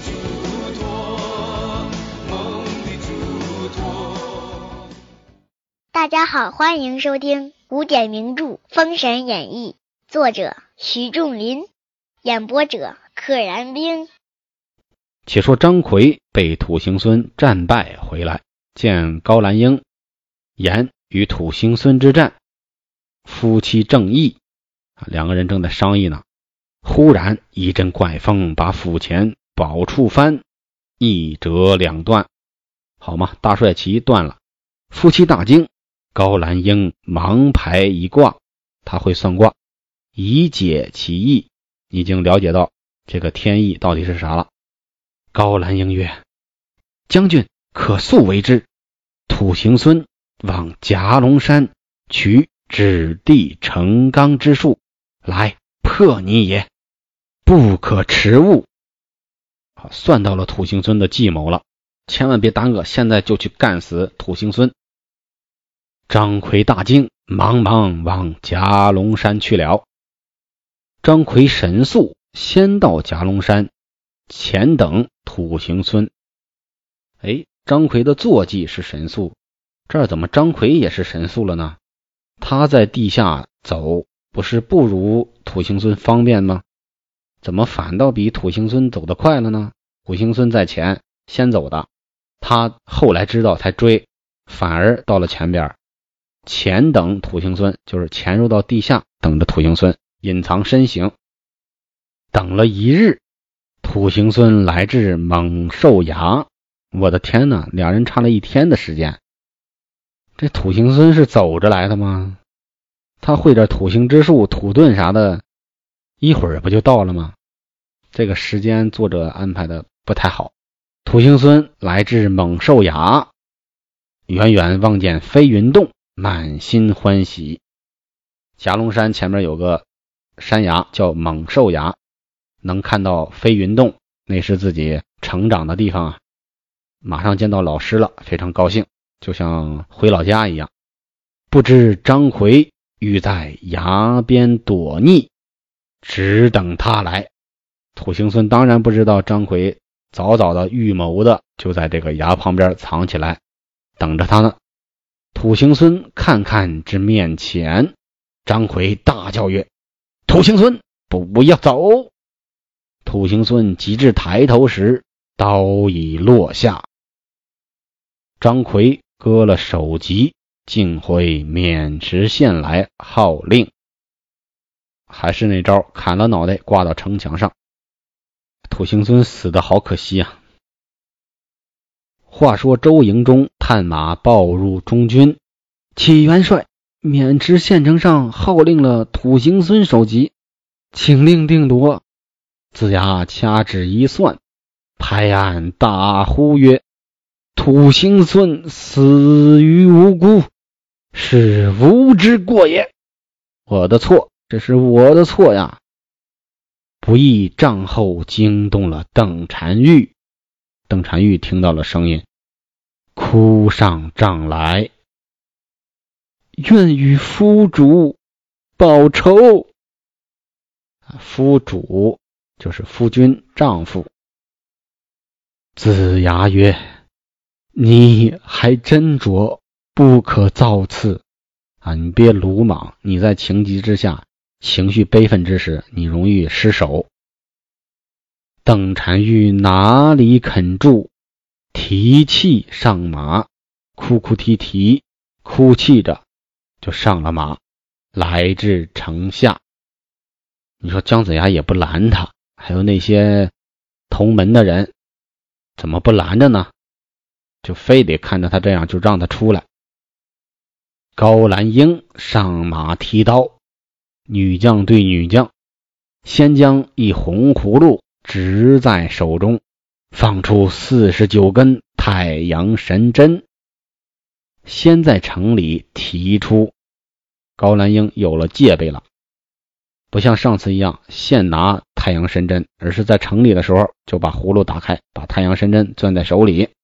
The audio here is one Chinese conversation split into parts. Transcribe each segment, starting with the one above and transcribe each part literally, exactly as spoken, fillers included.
嘱托，梦的嘱托。 大家好，欢迎收听古典名著《封神演义》，作者徐仲林，演播者可燃冰。 且说张奎被土行孙战败回来，见高兰英，言与土行孙之战，夫妻正议，两个人正在商议呢。忽然一阵怪风把府前宝处幡一折两断，好嘛，大帅旗断了。夫妻大惊，高兰英忙排一卦，他会算卦，以解其意，已经了解到这个天意到底是啥了。高兰英曰：将军可速为之，土行孙往夹龙山取指地成钢之术来破你也，不可迟误。好，算到了土行孙的计谋了，千万别耽搁，现在就去干死土行孙。张奎大惊，忙忙往夹龙山去了。张奎神速先到夹龙山，前等土行孙。哎，张奎的坐骑是神速，这儿怎么张奎也是神速了呢？他在地下走，不是不如土行孙方便吗？怎么反倒比土行孙走得快了呢？土行孙在前先走的，他后来知道才追，反而到了前边。前等土行孙就是潜入到地下，等着土行孙隐藏身形。等了一日，土行孙来至猛兽崖。我的天哪，两人差了一天的时间。这土行孙是走着来的吗？他会点土行之术、土遁啥的，一会儿不就到了吗？这个时间作者安排的不太好。土行孙来至猛兽崖，远远望见飞云洞，满心欢喜。夹龙山前面有个山崖叫猛兽崖，能看到飞云洞，那是自己成长的地方啊。马上见到老师了，非常高兴，就像回老家一样。不知张奎欲在崖边躲匿，只等他来。土行孙当然不知道张奎早早的预谋的，就在这个崖旁边藏起来，等着他呢。土行孙看看之面前，张奎大叫曰：土行孙，不要走！土行孙及至抬头时，刀已落下。张奎割了首级，径回渑池县来号令。还是那招，砍了脑袋挂到城墙上。土行孙死得好可惜啊。话说周营中探马报入中军，启元帅，渑池县城上号令了土行孙首级，请令定夺。子牙掐指一算，拍案大呼曰：土行孙死于无辜，是吾之过也。我的错，这是我的错呀。不意帐后惊动了邓婵玉，邓婵玉听到了声音，哭上帐来，愿与夫主报仇。夫主就是夫君，丈夫。子牙曰：你还斟酌，不可造次啊！你别鲁莽，你在情急之下，情绪悲愤之时，你容易失手。邓婵玉哪里肯住，提气上马，哭哭啼啼，哭泣着就上了马，来至城下。你说姜子牙也不拦他，还有那些同门的人怎么不拦着呢？就非得看着他这样，就让他出来。高兰英上马提刀，女将对女将，先将一红葫芦执在手中，放出四十九根太阳神针，先在城里提出。高兰英有了戒备了，不像上次一样现拿太阳神针，而是在城里的时候就把葫芦打开，把太阳神针攥在手里。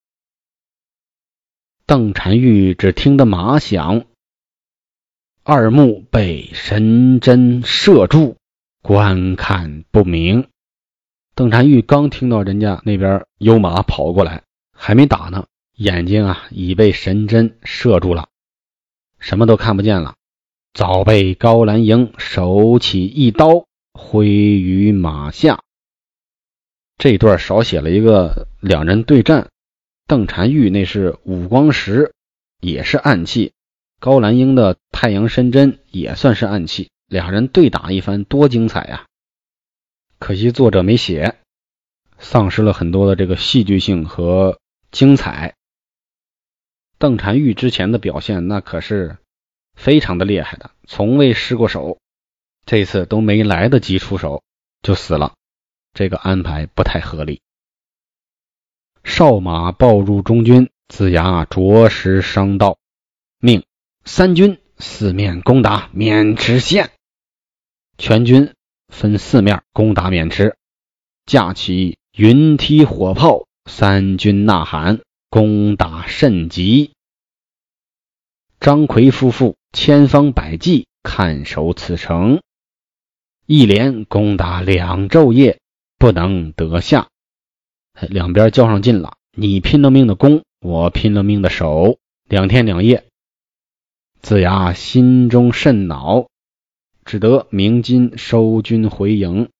邓婵玉只听得马响，二目被神针射住，观看不明。 邓婵玉刚听到人家那边有马跑过来，还没打呢，眼睛啊已被神针射住了，什么都看不见了，早被高兰英手起一刀挥于马下。这段少写了一个两人对战，邓婵玉那是五光石，也是暗器，高兰英的太阳神针也算是暗器，俩人对打一番多精彩呀！可惜作者没写，丧失了很多的这个戏剧性和精彩。邓婵玉之前的表现那可是非常的厉害的，从未失过手，这次都没来得及出手就死了，这个安排不太合理。少马报入中军，子牙着实伤道，命三军四面攻打渑池县。全军分四面攻打渑池，架起云梯火炮，三军呐喊，攻打甚急。张奎夫妇千方百计看守此城，一连攻打两昼夜，不能得下。两边较上劲了，你拼了命的攻，我拼了命的守，两天两夜。子牙心中甚恼，只得鸣金收军回营。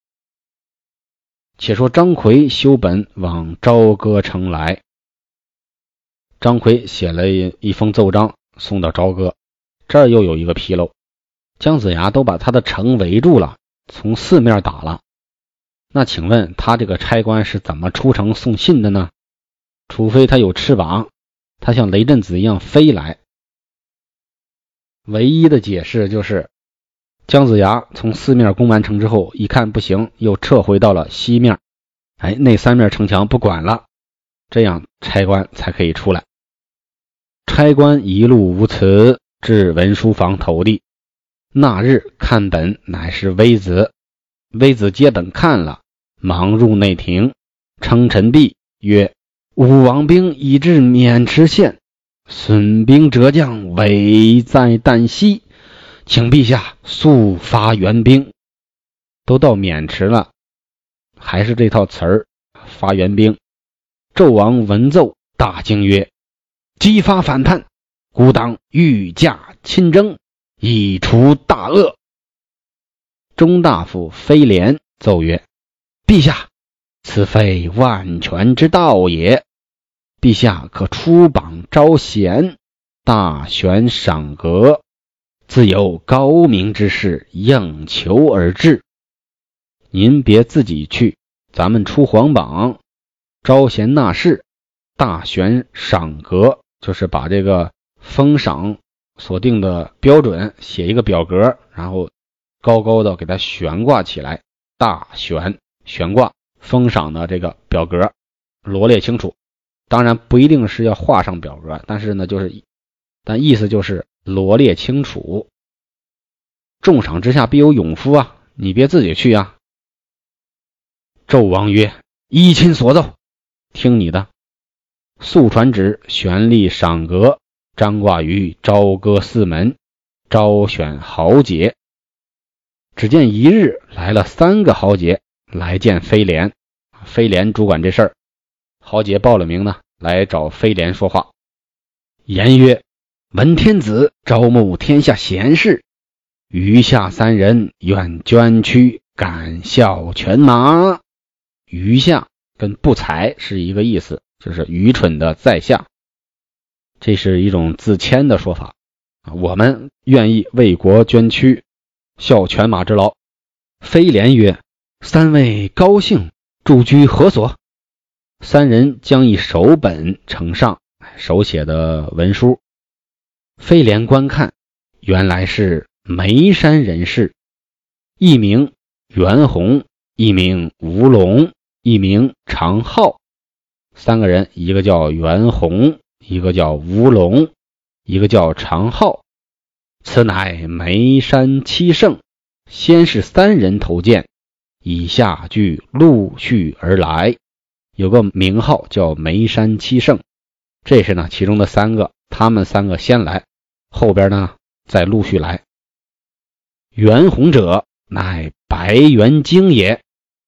且说张奎修本往朝歌城来，张奎写了一封奏章送到朝歌，这儿又有一个纰漏，姜子牙都把他的城围住了，从四面打了，那请问他这个差官是怎么出城送信的呢？除非他有翅膀，他像雷震子一样飞来。唯一的解释就是姜子牙从四面攻完城之后，一看不行，又撤回到了西面，哎，那三面城墙不管了，这样差官才可以出来。差官一路无辞，至文书房投递。那日看本乃是微子，微子接本看了，忙入内廷，称臣毕，曰：武王兵已至渑池县，孙兵折将危在旦夕，请陛下速发援兵。都到渑池了，还是这套词儿，发援兵。纣王闻奏，大惊曰：激发反叛，孤当御驾亲征，以除大恶。中大夫飞廉奏曰：陛下，此非万全之道也，陛下可出榜招贤，大选赏格，自有高明之士应求而至。您别自己去，咱们出皇榜，招贤纳士，大选赏格，就是把这个封赏所定的标准写一个表格，然后高高的给它悬挂起来，大悬悬挂封赏的这个表格罗列清楚。当然不一定是要画上表格，但是呢就是但意思就是罗列清楚。重赏之下必有勇夫啊，你别自己去啊。纣王曰：依亲所奏，听你的。速传旨，悬立赏格，张挂于朝歌四门，招选豪杰。只见一日来了三个豪杰来见飞廉，飞廉主管这事儿，豪杰报了名呢，来找飞廉说话。言曰：闻天子招募天下贤士，余下三人愿捐躯感效犬马。余下跟不才是一个意思，就是愚蠢的在下，这是一种自谦的说法。我们愿意为国捐躯，效犬马之劳。飞廉曰：三位高兴，住居何所？三人将一手本呈上，手写的文书。飞廉观看，原来是眉山人士，一名袁弘，一名吴龙，一名常浩。三个人，一个叫袁弘，一个叫吴龙，一个叫常浩。此乃眉山七圣，先是三人投见，以下俱陆续而来，有个名号叫眉山七圣。这是呢其中的三个，他们三个先来，后边呢再陆续来。袁弘者乃白猿精也，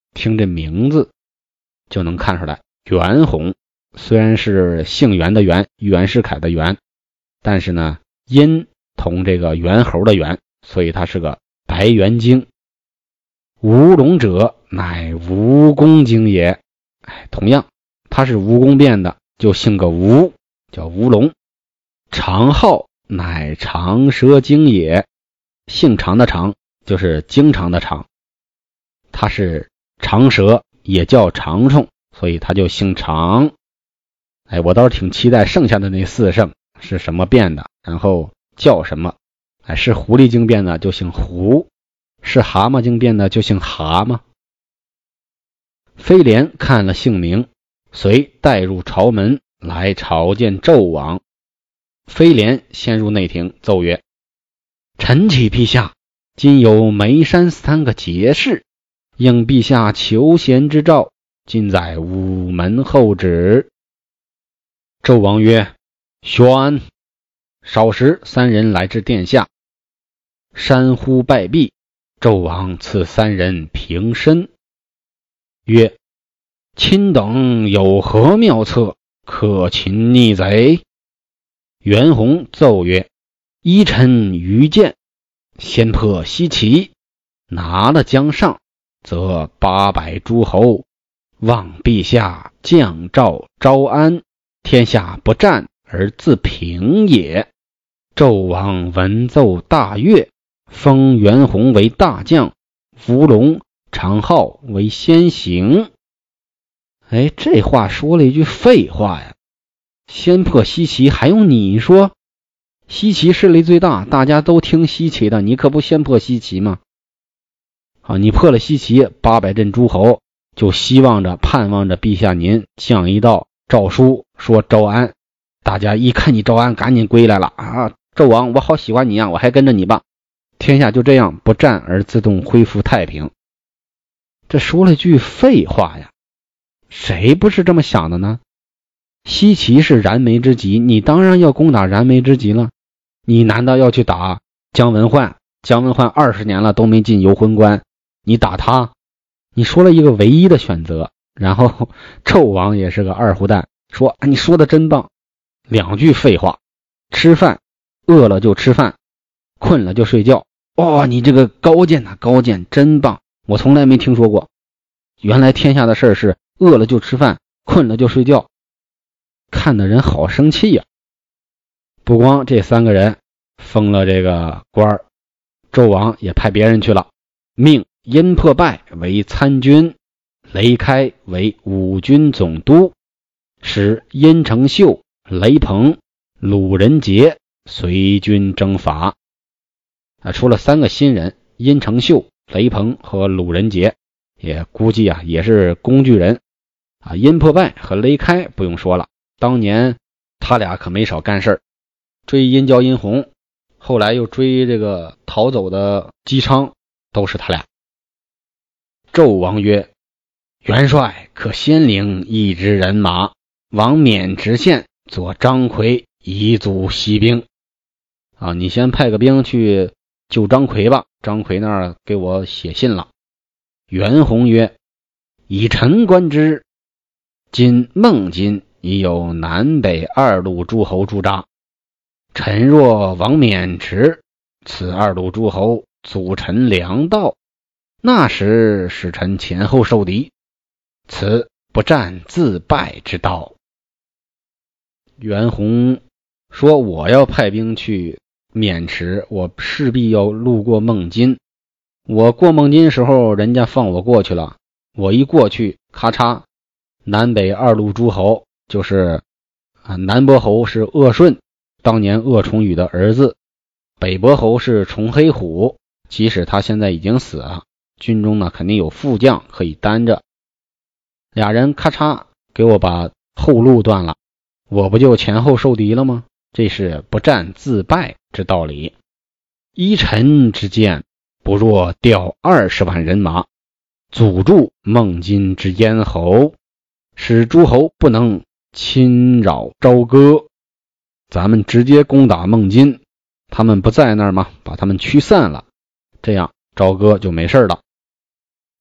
听这名字就能看出来，袁弘虽然是姓袁的袁，袁世凯的袁，但是呢音同这个猿猴的猿，所以他是个白猿精。吴龙者乃蜈蚣精也，哎，同样他是蜈蚣变的，就姓个吴，叫吴龙。长号乃长蛇精也，姓长的长就是经常的长，他是长蛇，也叫长虫，所以他就姓长。哎，我倒是挺期待剩下的那四圣是什么变的，然后叫什么。哎，是狐狸精变的就姓狐，是蛤蟆精变的就姓蛤蟆。飞廉看了姓名，遂带入朝门来朝见纣王。飞廉先入内廷，奏曰：臣启陛下，今有眉山三个节事，应陛下求贤之诏，今在午门候旨。纣王曰：宣。少时，三人来至殿下，山呼拜毕，纣王赐三人平身，曰：卿等有何妙策，克擒逆贼？袁弘奏曰：依臣愚见，先破西岐，拿了江上，则八百诸侯望陛下降诏招安，天下不战而自平也。纣王闻奏大悦，封袁弘为大将，伏龙、长号为先行。哎，这话说了一句废话呀！先破西岐还用你说？西岐势力最大，大家都听西岐的，你可不先破西岐吗？好，你破了西岐，八百镇诸侯就希望着盼望着陛下您降一道诏书说招安，大家一看你招安，赶紧归来了啊！纣王，我好喜欢你啊，我还跟着你吧。天下就这样不战而自动恢复太平。这说了句废话呀，谁不是这么想的呢？西岐是燃眉之急，你当然要攻打燃眉之急了。你难道要去打姜文焕？姜文焕二十年了都没进游魂关，你打他？你说了一个唯一的选择，然后纣王也是个二胡蛋，说、啊、你说的真棒，两句废话。吃饭，饿了就吃饭，困了就睡觉。哇、哦，你这个高见呐、啊，高见，真棒！我从来没听说过，原来天下的事是饿了就吃饭，困了就睡觉，看的人好生气呀、啊。不光这三个人封了这个官儿，纣王也派别人去了，命殷破败为参军，雷开为五军总督，使殷承秀、雷鹏、鲁仁杰随军征伐。啊，出了三个新人，殷承秀、雷鹏和鲁仁杰，也估计啊也是工具人啊。殷破败和雷开不用说了，当年他俩可没少干事儿，追殷郊殷洪，后来又追这个逃走的姬昌，都是他俩。纣王曰：元帅可先领一支人马往渑池县做张奎以阻西兵。啊，你先派个兵去救张奎吧，张奎那儿给我写信了。袁弘曰：以臣观之，今孟津已有南北二路诸侯驻扎，臣若往渑池，此二路诸侯阻臣粮道，那时使臣前后受敌，此不战自败之道。袁弘说，我要派兵去渑池，我势必要路过孟津，我过孟津时候人家放我过去了，我一过去咔嚓，南北二路诸侯就是啊，南伯侯是鄂顺，当年鄂崇禹的儿子，北伯侯是崇黑虎，即使他现在已经死了，军中呢肯定有副将可以担着，俩人咔嚓给我把后路断了，我不就前后受敌了吗？这是不战自败之道理。依臣之见，不若调二十万人马，阻住孟津之咽喉，使诸侯不能侵扰朝歌。咱们直接攻打孟津，他们不在那儿吗？把他们驱散了，这样朝歌就没事了。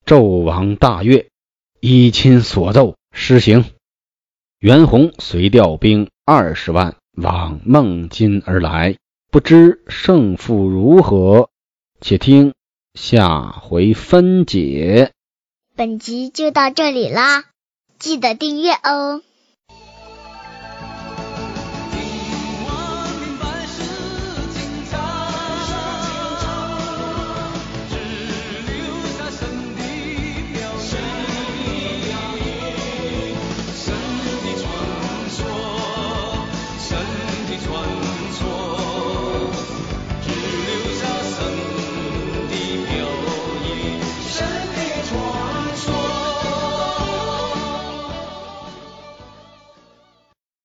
纣王大悦，依亲所奏施行。袁弘遂调兵二十万往孟津而来，不知胜负如何，且听下回分解。 本集就到这里啦，记得订阅哦。